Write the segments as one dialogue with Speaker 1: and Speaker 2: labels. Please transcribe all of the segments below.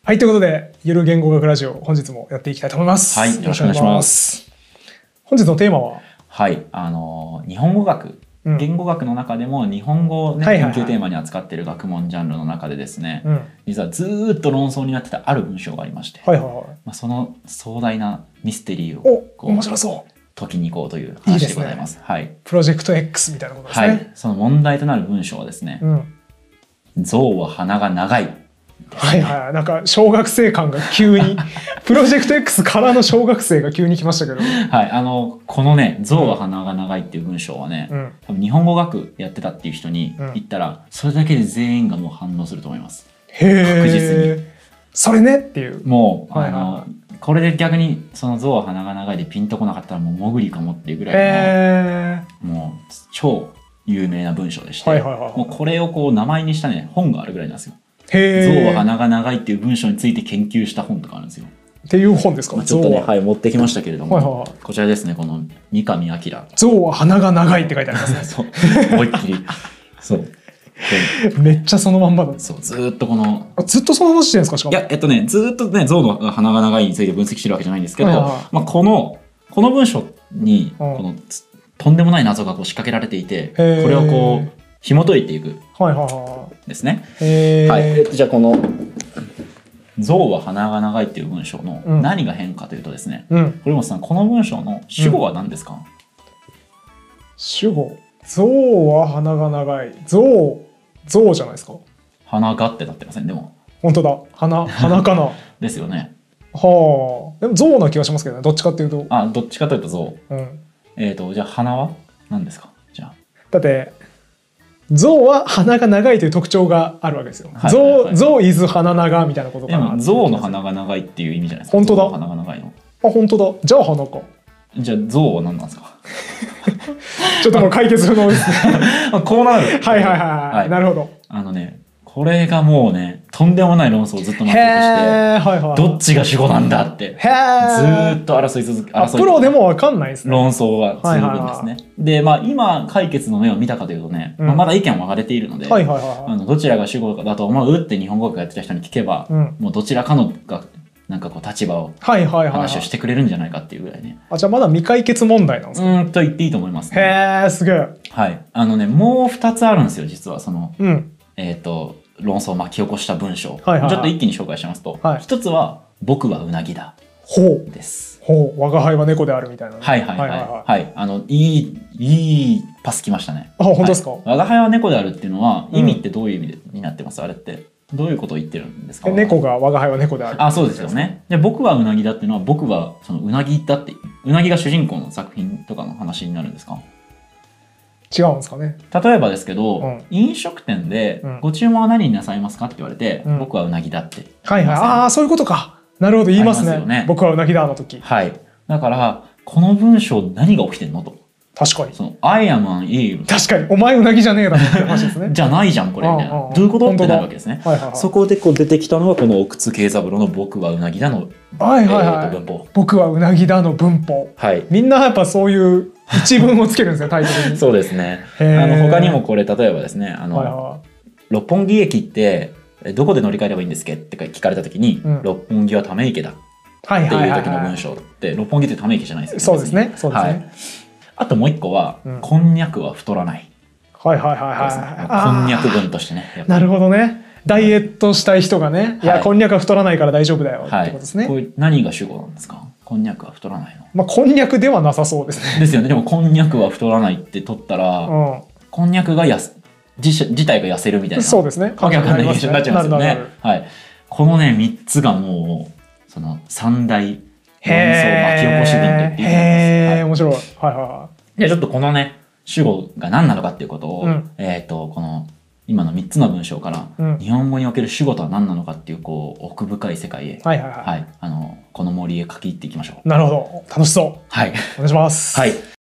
Speaker 1: はい、ということで、ゆる言語学ラジオ、本日もやっていきたいと思います。
Speaker 2: はい、よろしくお願いします。
Speaker 1: 本日のテーマは、
Speaker 2: はい、日本語学、言語学の中でも日本語を、ね、研究テーマに扱っている学問ジャンルの中でですね、実はずっと論争になってたある文章がありまして、その壮大なミステリーを
Speaker 1: 面白そう
Speaker 2: 解きに行こうという話でございます。はい、
Speaker 1: プロジェクト X みたいなことですね。はい、
Speaker 2: その問題となる文章はですね、象は鼻が長い。
Speaker 1: はいはい、なんか小学生感が急にプロジェクト X からの小学生が急に来ましたけど、
Speaker 2: はい、このね「象は鼻が長い」っていう文章はね、多分日本語学やってたっていう人に言ったら、それだけで全員がもう反応すると思います。確実に
Speaker 1: それねっていう、
Speaker 2: もうこれで逆にその象は鼻が長いでピンとこなかったらもうモグリかもっていうぐらいのもう超有名な文章でして、もうこれをこう名前にしたね本があるぐらいなんですよ。象は鼻が長いっていう文章について研究した本とかあるんですよ。って
Speaker 1: いう本ですか。
Speaker 2: ちょっとね、はい、持ってきましたけれども、こちらですね、この三上明。
Speaker 1: 象は鼻が長いって書いてありますね。
Speaker 2: そう、思いっきり。そう。
Speaker 1: めっちゃそのまんまだ。
Speaker 2: そう、ずっとこの。
Speaker 1: ずっとその話してるんですか、しかも。
Speaker 2: いや、ずっとね、象の鼻が長いについて分析してるわけじゃないんですけど、まあ、この文章に、この、とんでもない謎がこう仕掛けられていて、これをこう、紐解いていくですね。はい、じゃあこの「象は鼻が長い」っていう文章の何が変かというとですね、堀本さん、この文章の主語は何ですか？
Speaker 1: 主語、象は鼻が長い。象じゃないですか。
Speaker 2: 鼻がってなってません？でも
Speaker 1: 本当だ、鼻かな。
Speaker 2: ですよね。
Speaker 1: はあ、でも象な気がしますけどね、どっちかっていうと。
Speaker 2: どっちかというと象。じゃあ鼻は何ですか？じゃあ
Speaker 1: だって象は鼻が長いという特徴があるわけですよ。象 is 鼻長みたいなことかな。
Speaker 2: 象の鼻が長いっていう意味じゃないですか。
Speaker 1: 本当だ。
Speaker 2: 鼻が長いの。
Speaker 1: 本当だ。じゃあ鼻か。
Speaker 2: じゃあ象は何なんですか？
Speaker 1: ちょっともう解決不能ですね。
Speaker 2: こうなる。
Speaker 1: はい。なるほど。
Speaker 2: これがもうね、とんでもない論争をずっと巻き起こして、どっちが主語なんだってずっと争い続け、
Speaker 1: プロでも分かんないですね。
Speaker 2: 論争が続くんですね。で、まあ今解決の目を見たかというとね、まだ意見は分かれているので、どちらが主語だと思うって日本語学やってた人に聞けば、もうどちらかのがなんかこう立場を話をしてくれるんじゃないかっていうぐらいね。
Speaker 1: じゃあまだ未解決問題なんですか？
Speaker 2: と言っていいと思いますね。
Speaker 1: へえ、すげえ。
Speaker 2: はい。もう2つあるんですよ、実はその。論争を巻き起こした文章、ちょっと一気に紹介しますと、一つは「僕はうなぎだ」です。
Speaker 1: 我が輩は猫であるみたいな。
Speaker 2: いいパスきましたね。
Speaker 1: 本当ですか？
Speaker 2: 我が輩は猫であるっていうのは意味ってどういう意味になってます？あれってどういうことを言ってるんですか？
Speaker 1: 猫が我が輩は猫である。
Speaker 2: そうですよね。で、僕はうなぎだっていうのは、僕はそのうなぎだって、うなぎが主人公の作品とかの話になるんですか？
Speaker 1: 違うんですかね。
Speaker 2: 例えばですけど、飲食店でご注文は何になさいますかって言われて、僕はうなぎだって。
Speaker 1: そういうことか。なるほど、言いますね。僕はうなぎだの時。
Speaker 2: はい。だからこの文章何が起きてんのと。
Speaker 1: 確かに。
Speaker 2: I am an eel。
Speaker 1: 確かに。お前うなぎじゃねえだろって話ですね。
Speaker 2: じゃないじゃんこれみたいな。どういうことってなるわけですね。そこでこう出てきたのがこの奥津慶三郎の僕はうなぎだの文法。
Speaker 1: 僕はうなぎだの文法。みんなやっぱそういう一文をつけるんですよ、タイトルに。
Speaker 2: そうですね。他にもこれ例えばですね、六本木駅ってどこで乗り換えればいいんですかって聞かれた時に、六本木はため池だっていう時の文章って六本木ってため池じゃないですよね。
Speaker 1: そうですね。
Speaker 2: あともう一個は、こんにゃくは太らない。こんにゃく文としてね。
Speaker 1: なるほどね。ダイエットしたい人がね、いや、こんにゃくは太らないから大丈夫だよってことですね。
Speaker 2: これ何が主語なんですか？こんにゃくは太らないの。
Speaker 1: こんにゃくではなさそうですね。
Speaker 2: ですよね。でもこんにゃくは太らないって取ったら、こんにゃくが自体が痩せるみたいな。そうですね。わけわかんない現象になっちゃいますよね。このね、3つがもう、その三大論争巻き起こし文と言っていいと思います。
Speaker 1: 面白い。
Speaker 2: じゃあちょっとこのね、主語が何なのかっていうことを、この今の3つの文章から、日本語における主語とは何なのかっていう奥深い世界へ、この森へ書き入っていきましょう。
Speaker 1: なるほど、楽しそう。お願いします。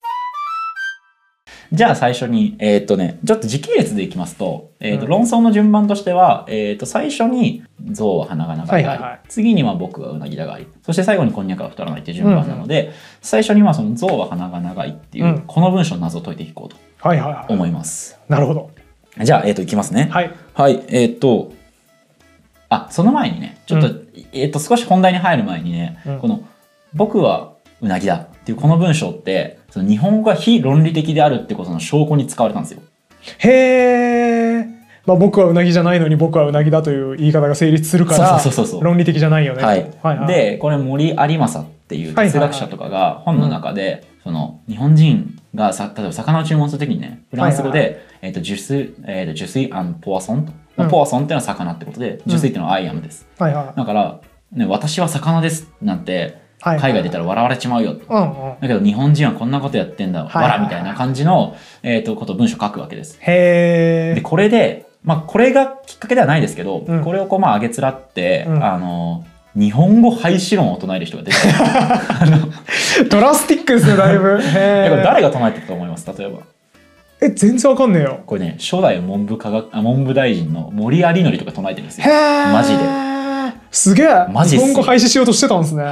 Speaker 2: じゃあ最初にちょっと時系列でいきますと、論争の順番としては、最初に象は鼻が長いがあり、次には僕はうなぎだがあり、そして最後にこんにゃくは太らないっていう順番なので、最初にはその象は鼻が長いっていう、この文章の謎を解いていこうと思います。
Speaker 1: なるほど。
Speaker 2: じゃあいきますね。その前にね、ちょっと少し本題に入る前にね、この僕はうなぎだっていうこの文章ってその日本語が非論理的であるってことの証拠に使われたんですよ。
Speaker 1: へー。僕はうなぎじゃないのに僕はうなぎだという言い方が成立するから論理的じゃないよね。
Speaker 2: でこれ森有正っていう哲学者とかが本の中でその日本人が例えば魚を注文するときにねフランス語でジュスイアンポワソンと、ポワソンっていうのは魚ってことで、ジュスイっていうのはアイアムです。だから、ね、私は魚ですなんて海外で言ったら笑われちまうよと、だけど日本人はこんなことやってんだ、わらみたいな感じの、ことを文章書くわけです。でこれでこれがきっかけではないですけど、これをこう上げつらって、日本語廃止論を唱える人が出て
Speaker 1: ドラスティックですねだいぶ。
Speaker 2: 誰が唱えてると思います？例えば
Speaker 1: 全然わかんねえよ。
Speaker 2: これね初代文部大臣の森有則とか唱えてるんですよ。マジで。
Speaker 1: すげえ。マジ日本語廃止しようとしてたんですね。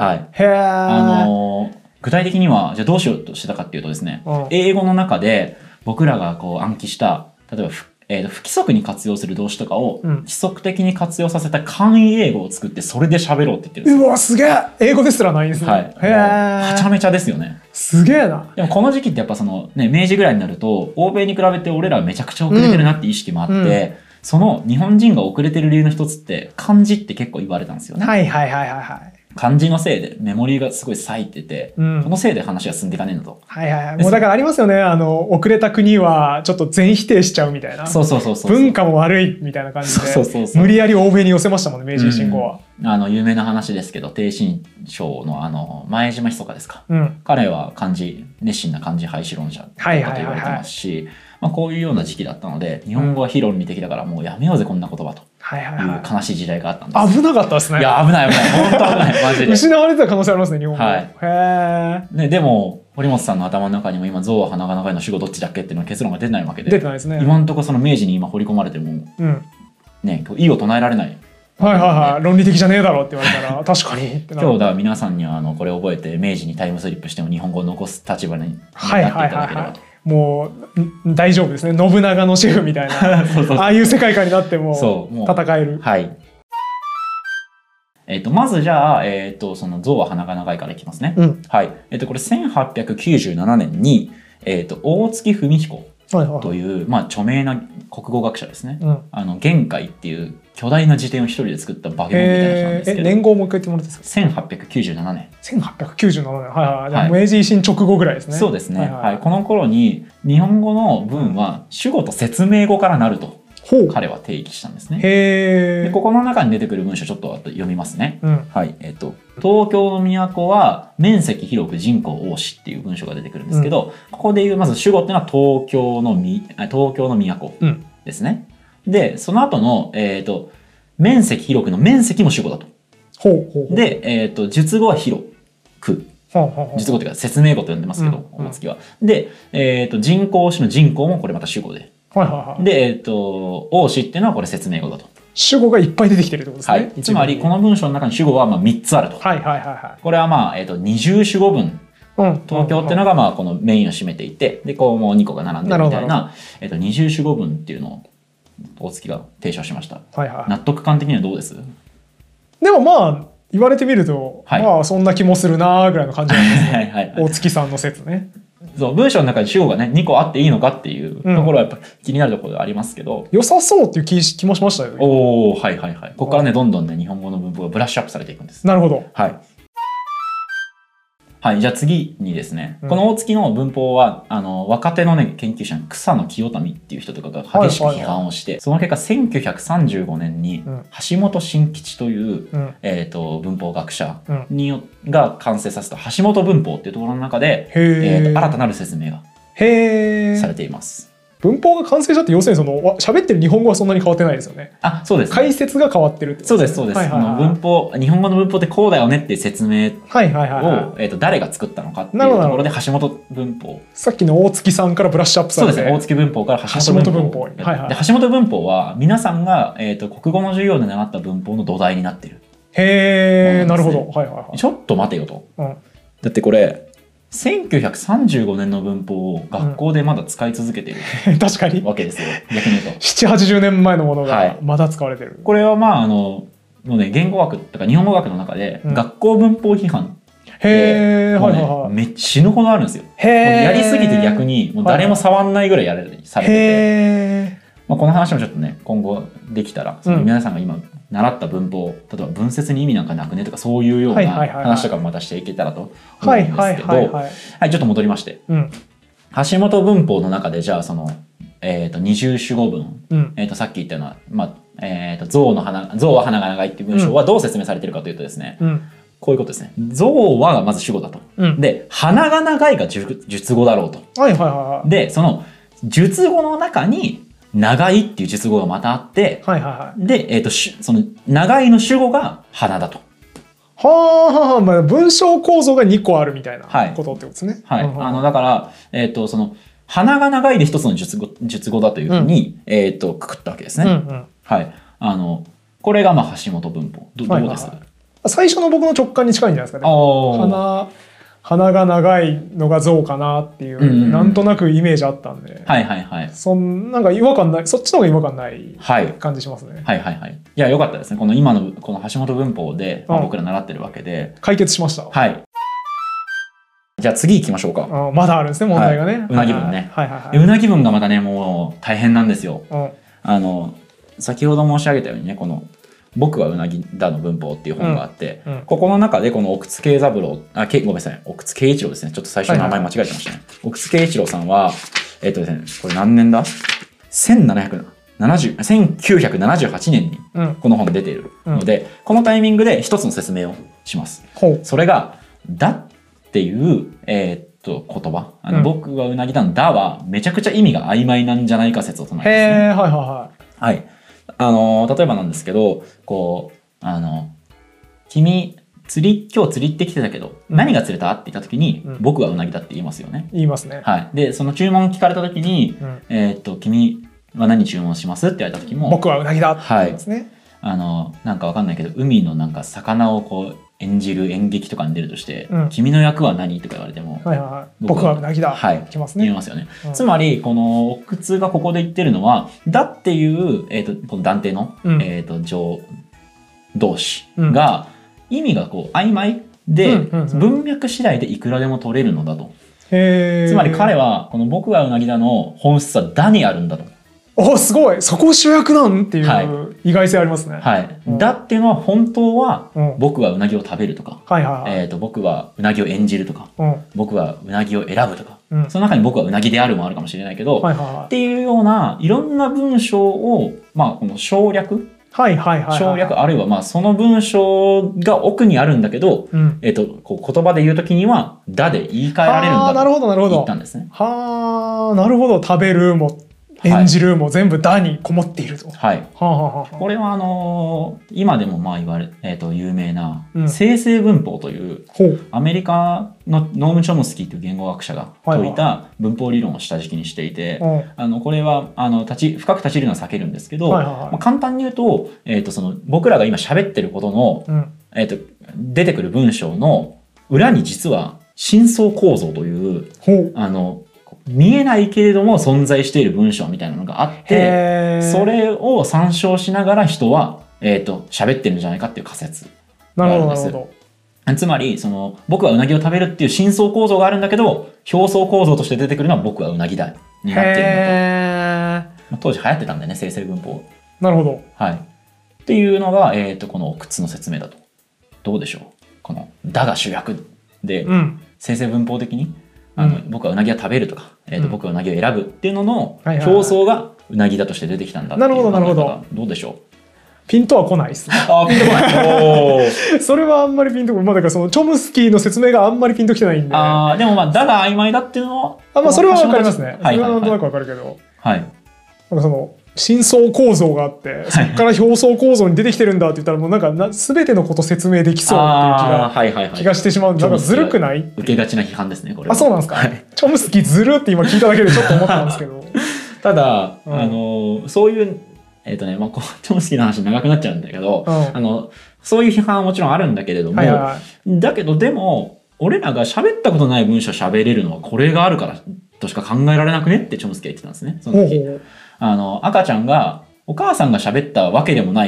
Speaker 2: 具体的にはじゃあどうしようとしてたかっていうとですね、英語の中で僕らがこう暗記した例えば不規則に活用する動詞とかを規則的に活用させた簡易英語を作ってそれで喋ろうって言ってるんですよ。
Speaker 1: うわすげえ。英語ですらないんですね。
Speaker 2: はちゃめちゃですよね。
Speaker 1: すげえな。
Speaker 2: でもこの時期ってやっぱそのね明治ぐらいになると欧米に比べて俺らはめちゃくちゃ遅れてるなって意識もあって、その日本人が遅れてる理由の一つって漢字って結構言われたんですよね。漢字のせいでメモリーがすごい割いてて、このせいで話が進んでいかねえんだと。
Speaker 1: もうだからありますよね。遅れた国はちょっと全否定しちゃうみたいな。文化も悪いみたいな感じで無理やり欧米に寄せましたもんね、明治維新後は。
Speaker 2: 有名な話ですけど、逓信省の前島密かですか。彼は熱心な漢字廃止論者だと言われてますし、こういうような時期だったので、日本語は非論理的だからもうやめようぜこんな言葉という悲しい時代があったんです。
Speaker 1: 危なかったですね。
Speaker 2: いや危ない本当危ないマジで。
Speaker 1: 失われてた可能性ありますね日本語。
Speaker 2: ね、でも堀本さんの頭の中にも今象は鼻が長いの主語どっちだっけっていうの結論が出てないわけで。
Speaker 1: 出てないですね。
Speaker 2: 今のところその明治に今掘り込まれてもね異を唱えられない。
Speaker 1: 論理的じゃねえだろうって言われたら確かにってなる。
Speaker 2: 今日だ皆さんにはこれを覚えて明治にタイムスリップしても日本語を残す立場になっていただければと。
Speaker 1: もう大丈夫ですね。信長のシェフみたいなああいう世界観になっても戦える。
Speaker 2: まずじゃあ、その象は鼻が長いからいきますね。これ1897年に、大月文彦という、著名な国語学者ですね。玄海っていう巨大な辞典を一人で作った化け物みたいな人なんですけど。
Speaker 1: 年号もう一回言ってもらっていいです
Speaker 2: か？1897年。
Speaker 1: 1897年。明治維新直後ぐらいですね。
Speaker 2: そうですね。この頃に日本語の文は主語と説明語からなると彼は定義したんですね。でここの中に出てくる文章ちょっと読みますね。東京の都は面積広く人口多しっていう文章が出てくるんですけど、ここでいうまず主語っていうのは東京の都ですね。でその後の、面積広くの面積も主語だと。で、述語は広く。述語というか説明語と呼んでますけど、大月は。で、人口詞の人口もこれまた主語で。で、王子っていうのはこれ説明語だと。
Speaker 1: 主語がいっぱい出てきてるってことですね。
Speaker 2: つまりこの文章の中に主語は3つあると。これは二重主語文。東京っていうのがこのメインを占めていて、でこうもう2個が並んでるみたいな二重主語文っていうのを大月が提唱しました。納得感的にはどうです？
Speaker 1: でも言われてみると、そんな気もするなぐらいの感じなんですね。大月さんの説ね。
Speaker 2: そう文章の中に主語がね2個あっていいのかっていうところはやっぱ気になるところではありますけど、
Speaker 1: 良さそうっていう気もしましたよね。
Speaker 2: ここからねどんどんね日本語の文法がブラッシュアップされていくんです。
Speaker 1: なるほど。
Speaker 2: じゃあ次にですね、この大月の文法は若手のね研究者の草野清民っていう人とかが激しく批判をして、その結果1935年に橋本真吉という、文法学者が完成させた橋本文法っていうところの中で、新たなる説明がされています。
Speaker 1: 文法が完成したって要するに喋ってる日本語はそんなに変わってないですよね。
Speaker 2: そうです、
Speaker 1: 解説が変わってるってことですね。
Speaker 2: そうです。文法日本語の文法ってこうだよねっていう説明を誰が作ったのかっていうところで橋本文法。さっきの
Speaker 1: 大月さんからブラッシュアップされて。
Speaker 2: そうです。大月文法から橋本文法。で橋本文法は皆さんが国語の授業で習った文法の土台になってる。
Speaker 1: なるほど。
Speaker 2: ちょっと待てよと。だってこれ1935年の文法を学校でまだ使い続けている、
Speaker 1: 確かに
Speaker 2: わけですよ。逆に言うと
Speaker 1: 7、80年前のものがまだ使われてる。
Speaker 2: これはもうね、言語学とか日本語学の中で、学校文法批判
Speaker 1: へー、はいはいはい。
Speaker 2: めっちゃ死ぬほどあるんですよ。やりすぎて逆にもう誰も触んないぐらいやられてて、この話もちょっとね今後できたら、皆さんが今習った文法、例えば文節に意味なんかなくねとかそういうような話とかもまたしていけたらと思うんですけど、はい、ちょっと戻りまして、橋本文法の中でじゃあその二重主語文、さっき言ったような象は鼻が長いっていう文章はどう説明されてるかというとですね、こういうことですね。象はまず主語だと。で、鼻が長いが述語だろうと。で、その述語の中に長いっていう述語がまたあって、で、その長いの主語が鼻だと。
Speaker 1: はあ、まあ、文章構造が2個あるみたいなことってことですね。
Speaker 2: はい。だから、その鼻が長いで一つの述語だというふうに、くくったわけですね。はい。これがまあ橋本文法。どうです？
Speaker 1: 最初の僕の直感に近いんじゃないですかね。鼻が長いのが象かなっていう、なんとなくイメージあったんで、なんか違和感ない、そっちの方が違和感ない感じしますね。
Speaker 2: いや、よかったですね。この今のこの橋本文法で、僕ら習ってるわけで
Speaker 1: 解決しました。
Speaker 2: はい。じゃあ次行きましょうか。
Speaker 1: まだあるんですね、問題がね。
Speaker 2: うなぎ文ね。うなぎ文がまたね、もう大変なんですよ。先ほど申し上げたようにね、この僕はうなぎだの文法っていう本があって、ここの中でこの奥津慶三郎、ごめんなさい、奥津慶一郎ですね。ちょっと最初の名前間違えてましたね。奥津慶一郎さんは、ですね、これ何年だ ?1978 年にこの本出ているので、このタイミングで一つの説明をします。それが、だっていう、言葉。僕はうなぎだのだはめちゃくちゃ意味が曖昧なんじゃないか説を唱えますね。はい。例えばなんですけど、こう、君、今日釣り行ってきてたけど、何が釣れたって言った時に、僕はうなぎだって言いますよね。
Speaker 1: 言いますね。
Speaker 2: はい。で、その注文聞かれた時に、君は何注文しますって言われた時も、
Speaker 1: 僕はうなぎだって言いますね。
Speaker 2: なんかわかんないけど、海のなんか魚をこう、演じる演劇とかに出るとして、君の役は何とか言われても、
Speaker 1: 僕はうなぎだ。
Speaker 2: はい。言いますよね。つまり、この奥津がここで言ってるのは、だっていう、この断定の、動詞が、意味がこう曖昧で、文脈次第でいくらでも取れるのだと。つまり彼は、この僕はうなぎだの本質はだにあるんだと。
Speaker 1: すごい、そこ主役なんっていう意外性ありますね。
Speaker 2: だっていうのは本当は僕はうなぎを食べるとか、僕はうなぎを演じるとか、僕はうなぎを選ぶとか、その中に僕はうなぎであるもあるかもしれないけど、っていうようないろんな文章を、この省略、あるいはまあその文章が奥にあるんだけど、こう言葉で言うときにはだで言い換えられるんだと言ったんですね。
Speaker 1: なるほど、食べるも演じるも全部だにこもっていると。
Speaker 2: これは今でもまあ言われ、有名な生成文法という、アメリカのノーム・チョムスキーという言語学者が説いた文法理論を下敷きにしていて、これは深く立ち入るのは避けるんですけど、簡単に言うと、その僕らが今喋ってることの、出てくる文章の裏に実は深層構造という見えないけれども存在している文章みたいなのがあって、それを参照しながら人は喋ってるんじゃないかっていう仮説があるんです。つまり僕はうなぎを食べるっていう深層構造があるんだけど、表層構造として出てくるのは僕はうなぎだになっているんだと。当時流行ってたんだよね、生成文法。
Speaker 1: なるほど。
Speaker 2: はい。っていうのがこの奥津の説明だと。どうでしょう。このだが主役で、生成文法的に僕はうなぎは食べるとか、僕はうなぎを選ぶっていうのの表層がうなぎだとして出てきたんだっていう考え方。どうでしょう。
Speaker 1: ピンとは来ないっすね。
Speaker 2: ピンとこない。
Speaker 1: それはあんまりピンとこない。だからそのチョムスキーの説明があんまりピンときてないんで。
Speaker 2: でもだが曖昧だっていうの
Speaker 1: はそれはわかりますね。それはなんとなくわかるけど。なんかその深層構造があって、そこから表層構造に出てきてるんだって言ったら、もうなんか全てのこと説明できそうっていう気がしてしまう。なんかずるくない？
Speaker 2: 受けがちな批判ですね、これ。
Speaker 1: そうなんですか。チョムスキーずるって今聞いただけでちょっと思ったんですけど。
Speaker 2: ただ、そういう、チョムスキーの話長くなっちゃうんだけど、そういう批判はもちろんあるんだけれども、だけどでも、俺らが喋ったことない文章喋れるのはこれがあるからとしか考えられなくねってチョムスキーは言ってたんですね、その時。赤ちゃんが、お母さんが喋ったわけでもない言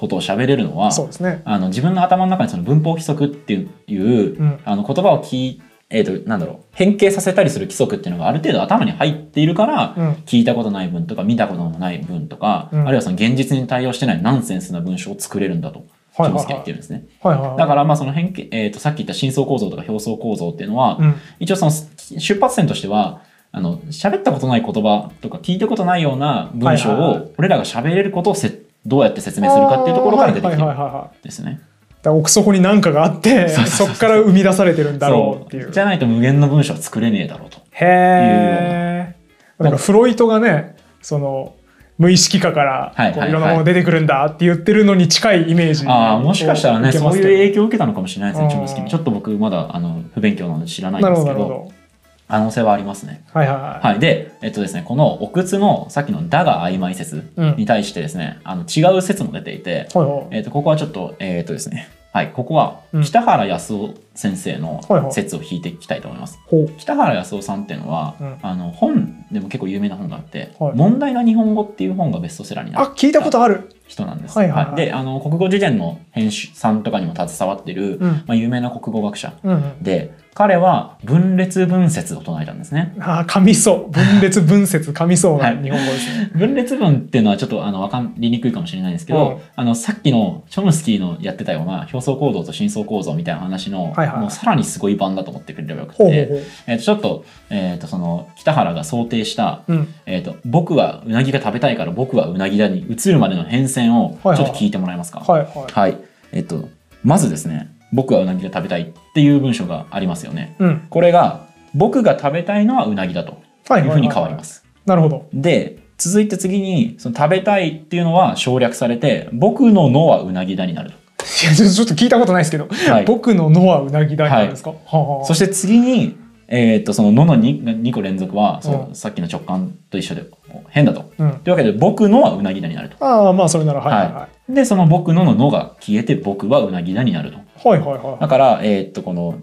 Speaker 2: ことを喋れるのは、
Speaker 1: そうですね、
Speaker 2: 自分の頭の中にその文法規則っていう、言葉を変形させたりする規則っていうのがある程度頭に入っているから、聞いたことない文とか見たことのない文とか、あるいはその現実に対応してないナンセンスな文章を作れるんだと。チョムスキーは言ってるんですね。だからまあその変形、さっき言った深層構造とか表層構造っていうのは、一応その出発点としては喋ったことない言葉とか聞いたことないような文章を俺らが喋れることをどうやって説明するかっていうところから出てきてるんですね。
Speaker 1: 奥底に何かがあってそこから生み出されてるんだろうっていう。
Speaker 2: じゃないと無限の文章は作れねえだろうと。
Speaker 1: へえ。なんかフロイトがね、その無意識化からいろんなものが出てくるんだって言ってるのに近いイメージ。
Speaker 2: もしかしたらね、そういう影響を受けたのかもしれないですね、チョムスキーに。ちょっと僕まだ不勉強なので知らないんですけど、可能性はありますね。で、ですね、このお靴のさっきのだが曖昧説に対してですね、違う説も出ていて、ここはちょっと、ですね、ここは北原康夫先生の説を引いていきたいと思います。北原康夫さんっていうのは、本でも結構有名な本があって「問題な日本語」っていう本がベストセラーになった
Speaker 1: 聞いたことある
Speaker 2: 人なんです。で国語辞典の編集さんとかにも携わっている、有名な国語学者で、彼は分裂分説を唱えたんですね。
Speaker 1: 噛みそう。分裂分説噛みそうな日本語ですね。
Speaker 2: 分裂分っていうのはちょっと分かりにくいかもしれないんですけど、さっきのチョムスキーのやってたような表層構造と深層構造みたいな話の、もうさらにすごい版だと思ってくれればよくて、ちょっと、その北原が想定した、僕はうなぎが食べたいから僕はうなぎだに移るまでの変遷をちょっと聞いてもらえますか。まずですね、僕はうなぎが食べたいっていう文章がありますよね。これが僕が食べたいのはうなぎだというふうに変わります。
Speaker 1: なるほど。
Speaker 2: で続いて次にその食べたいっていうのは省略されて僕ののはうなぎだになると。
Speaker 1: いやちょっと聞いたことないですけど、僕ののはうなぎだになるんですか。
Speaker 2: そして次にそののの 2個連続はさっきの直感と一緒で変だと。というわけで僕のはうなぎだになると。
Speaker 1: まあそれなら
Speaker 2: でその僕のののが消えて僕はうなぎだになると。だからこの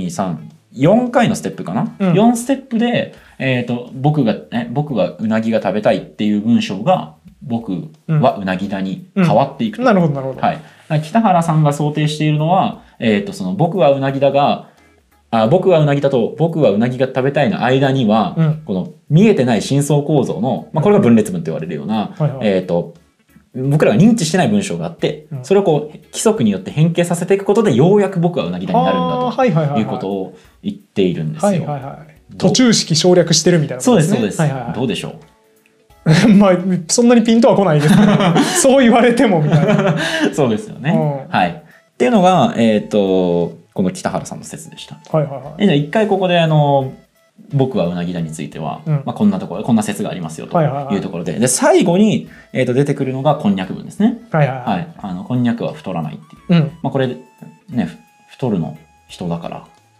Speaker 2: 123 4回のステップかな、4ステップで僕がうなぎが食べたいっていう文章が僕はうなぎだに変わっていくと。
Speaker 1: なるほどなるほど。
Speaker 2: 北原さんが想定しているのはその僕はうなぎだが僕はうなぎだと僕はうなぎが食べたいの間には、この見えてない深層構造の、これが分裂文と言われるような、僕らが認知してない文章があって、それをこう規則によって変形させていくことでようやく僕はうなぎだになるんだということを言っているんですよ。
Speaker 1: 途中式省略してるみたいなことですね。
Speaker 2: そうですそうです。どうでしょ
Speaker 1: う。まあそんなにピンとは来ないですけどそう言われてもみたいな。
Speaker 2: そうですよね。っていうのがこの北原さんの説でした。じゃあ一回ここで僕はうなぎだについては、こんなところこんな説がありますよというところで、最後に出てくるのがこんにゃく文ですね。こんにゃくは太らないっていう、これね太るの人だから、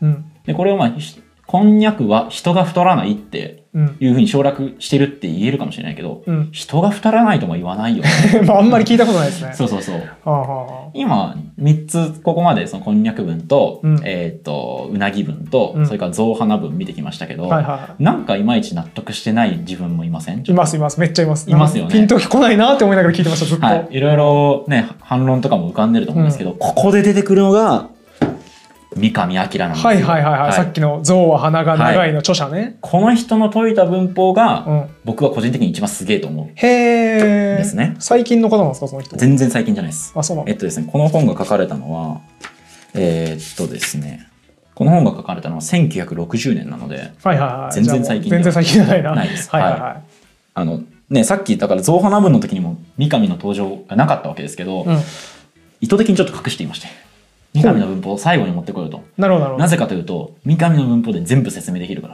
Speaker 2: でこれをこんにゃくは人が太らないっていうふうに省略してるって言えるかもしれないけど、人が太らないとも言わないよね。
Speaker 1: あんまり聞いたことないですね。
Speaker 2: そう今3つここまでそのこんにゃく文と、うなぎ文と、それから象鼻文見てきましたけど、なんかいまいち納得してない自分もいません？
Speaker 1: いますめっちゃいます。
Speaker 2: いますよね。
Speaker 1: ピンと来ないなって思いながら聞いてましたずっと。
Speaker 2: いろいろね反論とかも浮かんでると思うんですけど、ここで出てくるのが三上彰なんですよ。
Speaker 1: さっきの象は鼻が長いの著者ね。
Speaker 2: この人の解いた文法が、僕は個人的に一番すげえと思う。ですね。
Speaker 1: 最近の方なんですかその人？
Speaker 2: 全然最近じゃないです。
Speaker 1: そうなん
Speaker 2: ですね、この本が書かれたのはですね、この本が書かれたのは1960年なので、全然最近
Speaker 1: じゃない
Speaker 2: です。さっきだから象鼻文の時にも三上の登場がなかったわけですけど、意図的にちょっと隠していまして。三上の文法を最後に持ってこようと。なぜかというと三上の文法で全部説明できるから。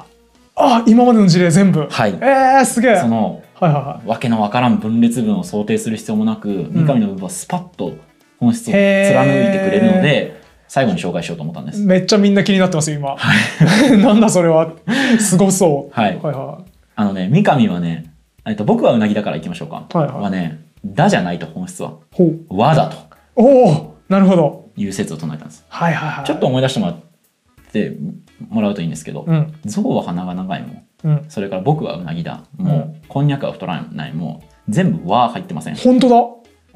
Speaker 1: 今までの事例全部。すげえ。
Speaker 2: そのわけのわからん分裂文を想定する必要もなく、三上の文法はスパッと本質を貫いてくれるので最後に紹介しようと思ったんです。
Speaker 1: めっちゃみんな気になってます今。なんだそれは。すごそう。
Speaker 2: 三上はね、僕はうなぎだからいきましょうか。はね、だじゃないと本質は。和だと。なるほど。 いう説を唱えたんです。ちょっと思い出してもらうといいんですけど、象は鼻が長いも、それから僕はうなぎだも、こんにゃくは太らないも、全部和入ってません？
Speaker 1: 本当だ。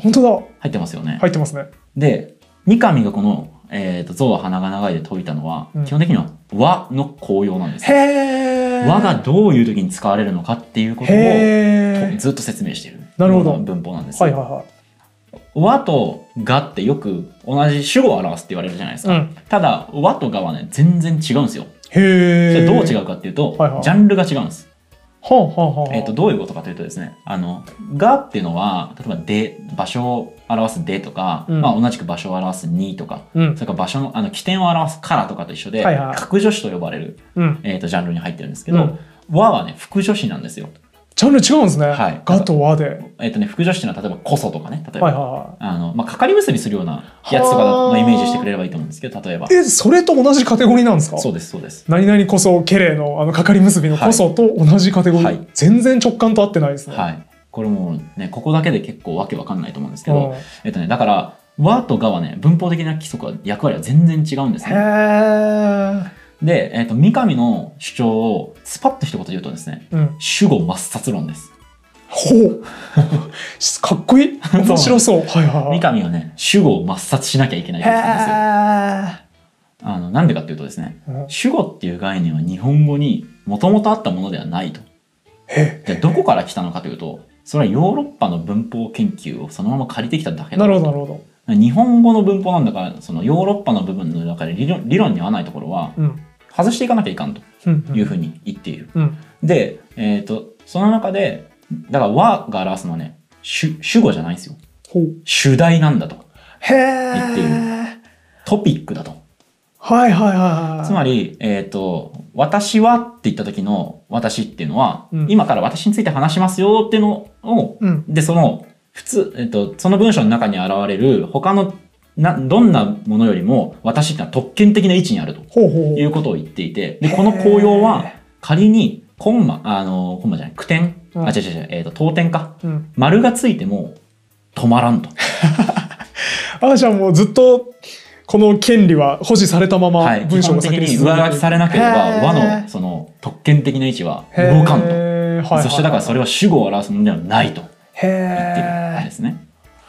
Speaker 1: 本当だ。
Speaker 2: 入ってますよね。
Speaker 1: 入ってますね。
Speaker 2: で、三上がこの、象は鼻が長いで解いたのは、基本的には和の効用なんですよ。和がどういう時に使われるのかっていうことをずっと説明している文法なんですよ。和とがってよく同じ主語を表すって言われるじゃないですか。ただ和とがはね全然違うんですよ。それどう違うかっていうと、ジャンルが違うんです。どういうことかというとですね、がっていうのは例えばで場所を表すでとか、同じく場所を表すにとか、それから場所の起点を表すからとかと一緒で、格助詞と呼ばれる、ジャンルに入ってるんですけど、和はね副助詞なんですよ。
Speaker 1: ジャンル違うんですね。がと和で。
Speaker 2: 副助詞っていうのは例えばこそとかね、例えばかかり結びするようなやつとかのイメージしてくれればいいと思うんですけど、例えば
Speaker 1: それと同じカテゴリーなんですか？
Speaker 2: そうですそうです。
Speaker 1: 何々こそケレのかかり結びのこそと同じカテゴリー、全然直感と合ってないですね。
Speaker 2: はい。これもねここだけで結構わけわかんないと思うんですけど、だから和とがはね文法的な規則は役割は全然違うんですね。で、三上の主張をスパッと一言で言うとですね、主語抹殺論です。
Speaker 1: ほうかっこいい。面白そう。
Speaker 2: 三上はね主語を抹殺しなきゃいけないって言うんですよ。なんでかっていうとですね、主語っていう概念は日本語にもともとあったものではないと。じゃあどこから来たのかというと、それはヨーロッパの文法研究をそのまま借りてきただけだと。
Speaker 1: なるほどなるほど。
Speaker 2: 日本語の文法なんだから、そのヨーロッパの部分の中で理論に合わないところは外していかなきゃいかんというふうに言っている。で、その中でだから和が表すのはね主語じゃないんですよ。主題なんだと言っている。トピックだと。つまり、私はって言った時の私っていうのは、今から私について話しますよっていうのを、でその普通、その文章の中に現れる他のどんなものよりも私ってのは特権的な位置にあるということを言っていて、でこの効用は仮にコンマじゃない句点、当点か、丸がついても止まらんと。
Speaker 1: じゃあもうずっとこの権利は保持されたまま文章が先に
Speaker 2: 進んでいく。上書きされなければ和のその特権的な位置は動かんと。そしてだからそれは主語を表すものではないと言ってるんですね。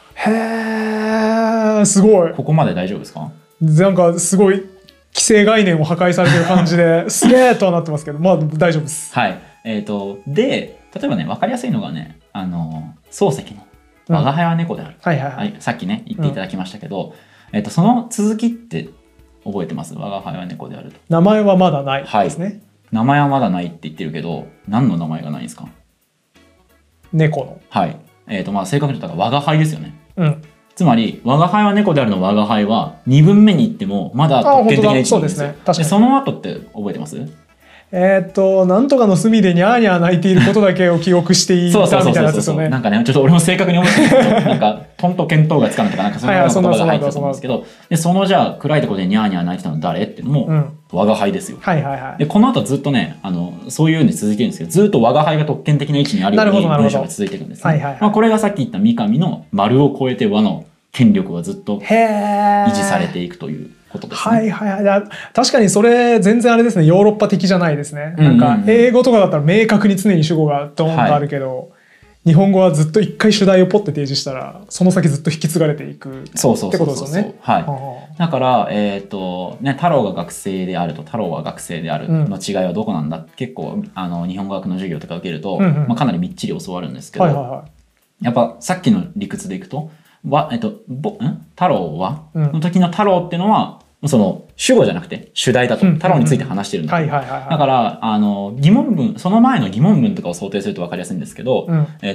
Speaker 1: すごい。
Speaker 2: ここまで大丈夫ですか？
Speaker 1: なんかすごい既成概念を破壊されてる感じですげえとはなってますけど、まあ大丈夫です。
Speaker 2: はい。で例えばね分かりやすいのがね漱石の「吾輩は猫である」さっきね言っていただきましたけど、その続きって覚えてます？吾輩は猫であると。
Speaker 1: 名前はまだないですね。
Speaker 2: 名前はまだないって言ってるけど何の名前がないんですか？
Speaker 1: 猫の。
Speaker 2: はい。正確に言ったら吾輩ですよね。つまり吾輩は猫であるの吾輩は2文目に行ってもまだ特権的な位置なんですよ。でその後って覚えてます？
Speaker 1: なんとかの隅でニャーニャー泣いていることだけを記憶していたみたいなやつですよね。
Speaker 2: なんかねちょっと俺も正確に覚えてないけどなんかトンと見当がつかないとかなんかそのような言葉が入ってたと思うんですけど、でそのじゃあ暗いところでニャーニャー泣いてたの誰っていうのも吾輩ですよ。でこの後ずっとねそういうように続いてるんですけど、ずっと吾輩が特権的な位置にあるように文章が続いていくんですね。これがさっき言った三上の丸を超えて和の権力はずっと維持されていくということですね。
Speaker 1: 確かにそれ全然あれですね、ヨーロッパ的じゃないですね。なんか英語とかだったら明確に常に主語がドーンとあるけど、日本語はずっと一回主題をポッて提示したらその先ずっと引き継がれていくってことですよね。だ
Speaker 2: から太郎が学生であると太郎は学生であるの違いはどこなんだ、結構日本語学の授業とか受けるとかなりみっちり教わるんですけど、やっぱさっきの理屈でいくと太郎はの時の太郎っていうのはその主語じゃなくて主題だと、太郎について話してるんだと。だから疑問文、その前の疑問文とかを想定すると分かりやすいんですけど、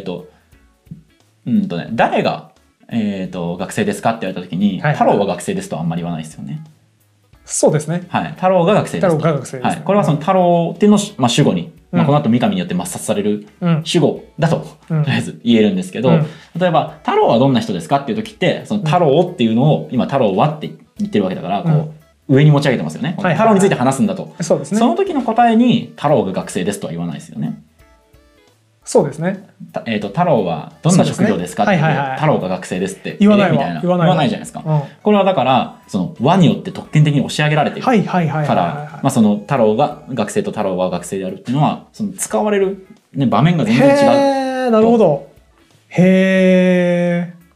Speaker 2: 誰が学生ですかって言われた時に太郎は学生ですとはあんまり言わないですよね。
Speaker 1: そうですね。
Speaker 2: 太郎が学生ですと。これはその太郎っていうのを主語に、この後三上によって抹殺される主語だととりあえず言えるんですけど、例えば太郎はどんな人ですかっていう時ってその太郎っていうのを今太郎はって言ってるわけだからこう上に持ち上げてますよね。太郎について話すんだと。その時の答えに太郎が学生ですとは言わないですよね。
Speaker 1: そうですね。
Speaker 2: 太郎はどんな職業ですかって太郎が学生ですって言わないみたいな言わないじゃないですか。これはだからその和によって特権的に押し上げられているからその太郎が学生と太郎は学生であるっていうのはその使われる、場面が全然違う。
Speaker 1: なるほど。へえ。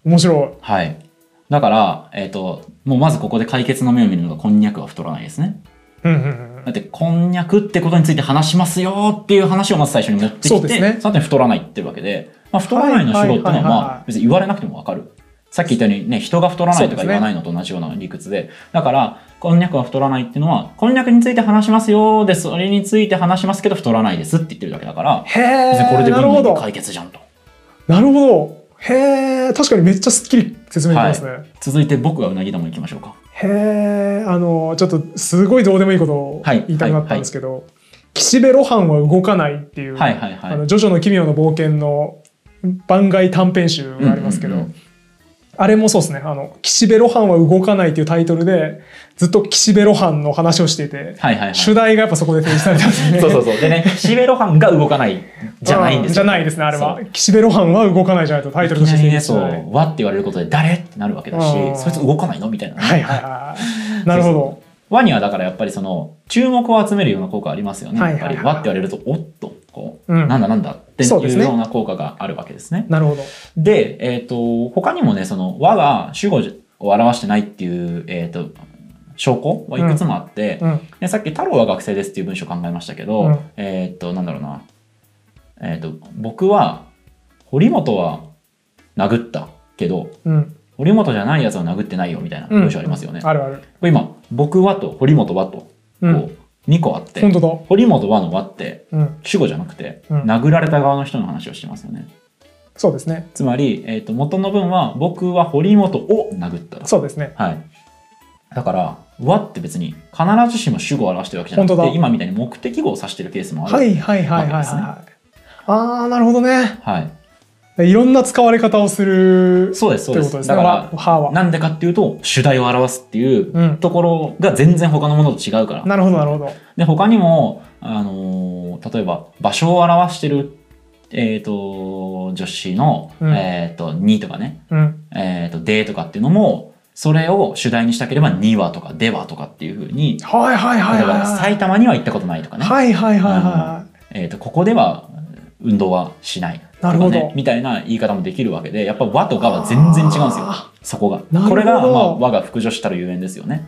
Speaker 1: 面白い。
Speaker 2: はい。だから、もうまずここで解決の目を見るのが、こんにゃくは太らないですね。だって、こんにゃくってことについて話しますよっていう話をまず最初に持ってきて、その後に太らないっていうわけで、まあ、太らないの主語っていうのは、まあ、別に言われなくてもわかる。さっき言ったようにね、人が太らないとか言わないのと同じような理屈で、だから、こんにゃくは太らないっていうのは、こんにゃくについて話しますよで、それについて話しますけど太らないですって言ってるだけだから、別にこれでビンゴ解決じゃんと。
Speaker 1: なるほど。へえ、確かにめっちゃすっきり説明できますね。はい、
Speaker 2: 続いて僕はうなぎだも行きましょうか。
Speaker 1: へえ、ちょっとすごいどうでもいいことを言いたくなったんですけど、岸辺露伴は動かないっていう、ジョジョの奇妙な冒険の番外短編集がありますけど、あれもそうですね。岸辺露伴は動かないっていうタイトルで、ずっと岸辺露伴の話をしていて、主題がやっぱそこで提示されてますね。
Speaker 2: そう。でね、岸辺露伴が動かないじゃないんですよ。
Speaker 1: じゃないですね、あれは。岸辺露伴は動かないじゃないとタイトルとして提示されない。
Speaker 2: わって言われることで誰ってなるわけだし、そいつ動かないのみたいな。
Speaker 1: なるほど。
Speaker 2: 和にはだからやっぱりその注目を集めるような効果ありますよね。やっぱり和って言われると、おっと、こう、なんだっていうような効果があるわけですね。
Speaker 1: なるほど。
Speaker 2: で、他にもね、その和が主語を表してないっていう、証拠はいくつもあって、でさっき太郎は学生ですっていう文章を考えましたけど、なんだろうな。僕は、堀本は殴ったけど、堀本じゃないやつは殴ってないよみたいな文章ありますよね。
Speaker 1: あるある。
Speaker 2: 今、僕はと堀本はと、こう、2個あって、堀本はの和って主語じゃなくて、殴られた側の人の話をしてますよね。
Speaker 1: そうですね。
Speaker 2: つまり、元の文は僕は堀本を殴った。
Speaker 1: そうですね。
Speaker 2: はい。だから和って別に必ずしも主語を表してるわけじゃなくて、今みたいに目的語を指してるケースもあるわけですね。
Speaker 1: ああ、なるほどね。
Speaker 2: はい。
Speaker 1: いろんな使われ方をする。
Speaker 2: そうです。だから、なんでかっていうと、主題を表すっていうところが全然他のものと違うから。
Speaker 1: なるほど。
Speaker 2: で、他にも、例えば、場所を表してる、助詞の、にとかね、でとかっていうのも、それを主題にしたければ、にはとか、ではとかっていうふうに、例えば、埼玉には行ったことないとかね。ここでは運動はしない。
Speaker 1: なるほど。
Speaker 2: みたいな言い方もできるわけで、やっぱ和とがは全然違うんですよ。そこが。これが、和が副助詞たるゆえんですよね。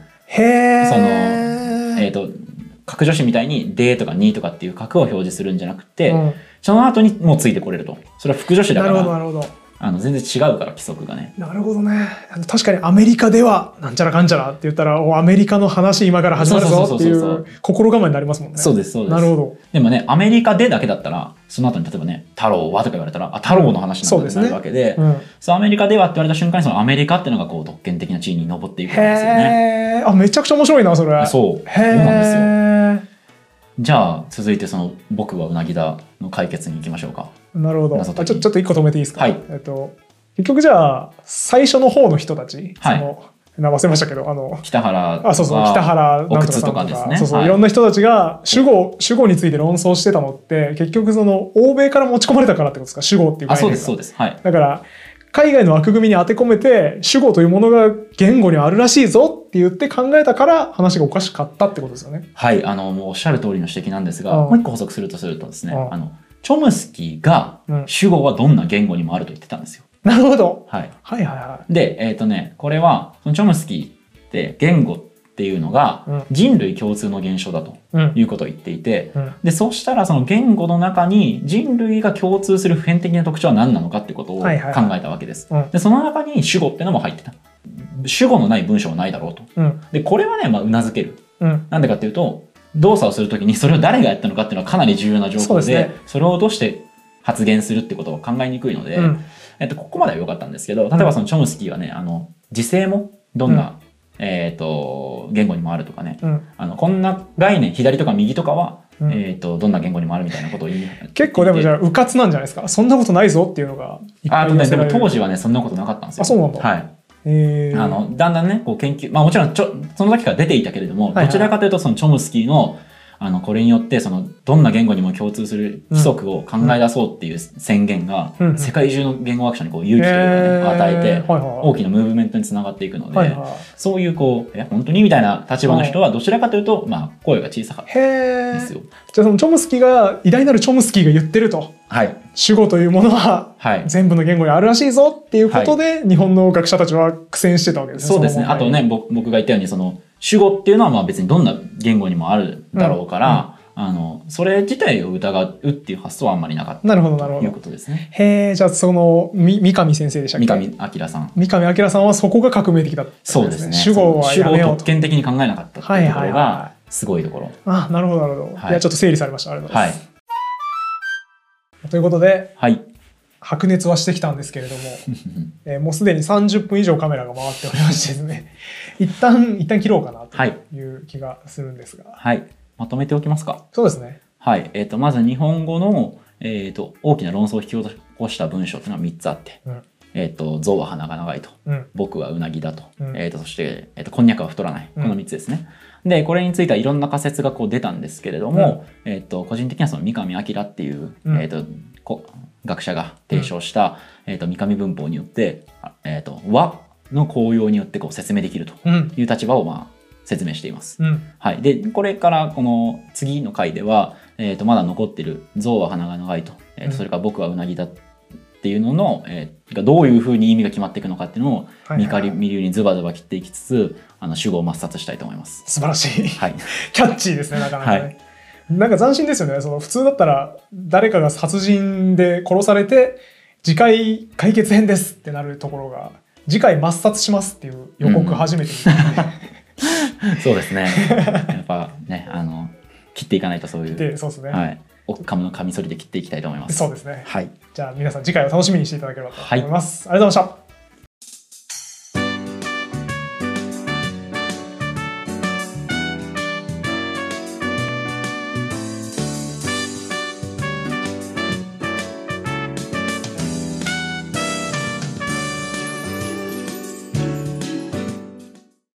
Speaker 2: 格助詞みたいに、でとかにとかっていう格を表示するんじゃなくて、その後にもうついてこれると。それは副助詞だから。なるほど。全然違うから規則がね。
Speaker 1: なるほどね。確かにアメリカではなんちゃらかんちゃらって言ったら、アメリカの話今から始まるぞっていう心構えになりますもんね。
Speaker 2: そうです。
Speaker 1: なるほど。
Speaker 2: でもね、アメリカでだけだったら、その後に例えばね、太郎はとか言われたら、太郎の話なんだってなるわけで、アメリカではって言われた瞬間にそのアメリカっていうのがこう特権的な地位に上っていくんですよね。
Speaker 1: めちゃくちゃ面白いな、それ。
Speaker 2: そうなんですよ。じゃあ続いてその僕はうなぎだの解決に行きましょうか。
Speaker 1: なるほど。ちょっと一個止めていいですか。はい。結局じゃあ最初の方の人たち、忘れましたけど、北原
Speaker 2: 奥津とかですね。
Speaker 1: いろんな人たちが主語について論争してたのって結局その欧米から持ち込まれたからってことですか、主語っていう概念が。
Speaker 2: そうです。はい。
Speaker 1: だから海外の枠組みに当て込めて主語というものが言語にあるらしいぞって言って考えたから話がおかしかったってことですよね。
Speaker 2: はい。もうおっしゃる通りの指摘なんですが、もう一個補足するとですね、チョムスキーが主語はどんな言語にもあると言ってたんですよ。
Speaker 1: なるほど。
Speaker 2: はい。で、これは、そのチョムスキーって言語っていうのが人類共通の現象だということを言っていて、で、そうしたらその言語の中に人類が共通する普遍的な特徴は何なのかってことを考えたわけです。で、その中に主語っていうのも入ってた。主語のない文章はないだろうと。で、これはね、うなずける。なんでかっていうと、動作をするときにそれを誰がやったのかっていうのはかなり重要な情報で、それをどうして発言するってことを考えにくいので、ここまでは良かったんですけど、例えばそのチョムスキーがね、時制もどんな、言語にもあるとかね、こんな概念、左とか右とかは、どんな言語にもあるみたいなことを言い
Speaker 1: 結構でもじゃあ、うかつなんじゃないですか。そんなことないぞっていうのが
Speaker 2: でも当時はね、そんなことなかったんですよ。
Speaker 1: そうなんだ。
Speaker 2: はい。だんだんね、こう研究、もちろんその時から出ていたけれども、どちらかというとそのチョムスキーのこれによってどんな言語にも共通する規則を考え出そうっていう宣言が世界中の言語学者にこう勇気というかね、与えて大きなムーブメントにつながっていくので、そういう本当にみたいな立場の人はどちらかというと声が小さかったんですよ。
Speaker 1: じゃあそのチョムスキーが偉大なるチョムスキーが言ってると、はい、主語というものは全部の言語にあるらしいぞっていうことで、はい、日本の学者たちは苦戦してたわけですね。
Speaker 2: そうですね。あとね、僕が言ったようにその主語っていうのはまあ別にどんな言語にもあるだろうから、それ自体を疑うっていう発想はあんまりなかった。
Speaker 1: なるほどなるほど。
Speaker 2: ということですね。
Speaker 1: へえ、じゃあその三上先生でしたっけ？
Speaker 2: 三上明さん。
Speaker 1: 三上明さんはそこが革命的だったんですね。
Speaker 2: そうですね。
Speaker 1: 主語はやめようと。
Speaker 2: 主語を特権的に考えなかったっていうところがすごいところ。
Speaker 1: あ、なるほどなるほど。はい、いやちょっと整理されました。ありがとうございます。はい、ということで、はい、白熱はしてきたんですけれども、もうすでに30分以上カメラが回っておりましてですね、一旦切ろうかなという気がするんですが。
Speaker 2: はい。まとめておきますか。
Speaker 1: そうですね。
Speaker 2: はい。まず日本語の、大きな論争を引き起こした文章というのは3つあって、象は鼻が長いと、僕はうなぎだと、そして、こんにゃくは太らない。この3つですね。で、これについてはいろんな仮説がこう出たんですけれども、個人的にはその三上明っていう、学者が提唱した、三上文法によって、和の効用によってこう説明できるという立場をまあ説明しています。はい。で、これからこの次の回では、まだ残っている象は鼻が長いと、それから僕はうなぎだっていうのの、がどういうふうに意味が決まっていくのかっていうのを見流にズバズバ切っていきつつ、主語を抹殺したいと思います。
Speaker 1: 素晴らしい。
Speaker 2: はい。
Speaker 1: キャッチーですね、なかなかね。はい、なんか斬新ですよね。その普通だったら誰かが殺人で殺されて次回解決編ですってなるところが次回抹殺しますっていう予告初めて見たので、
Speaker 2: そうですね。やっぱね、切っていかないとそういう。
Speaker 1: そうですね。
Speaker 2: はい。カムのカミソリで切っていきたいと思います。
Speaker 1: そうですね。
Speaker 2: はい。
Speaker 1: じゃあ皆さん次回を楽しみにしていただければと思います。はい、ありがとうございました。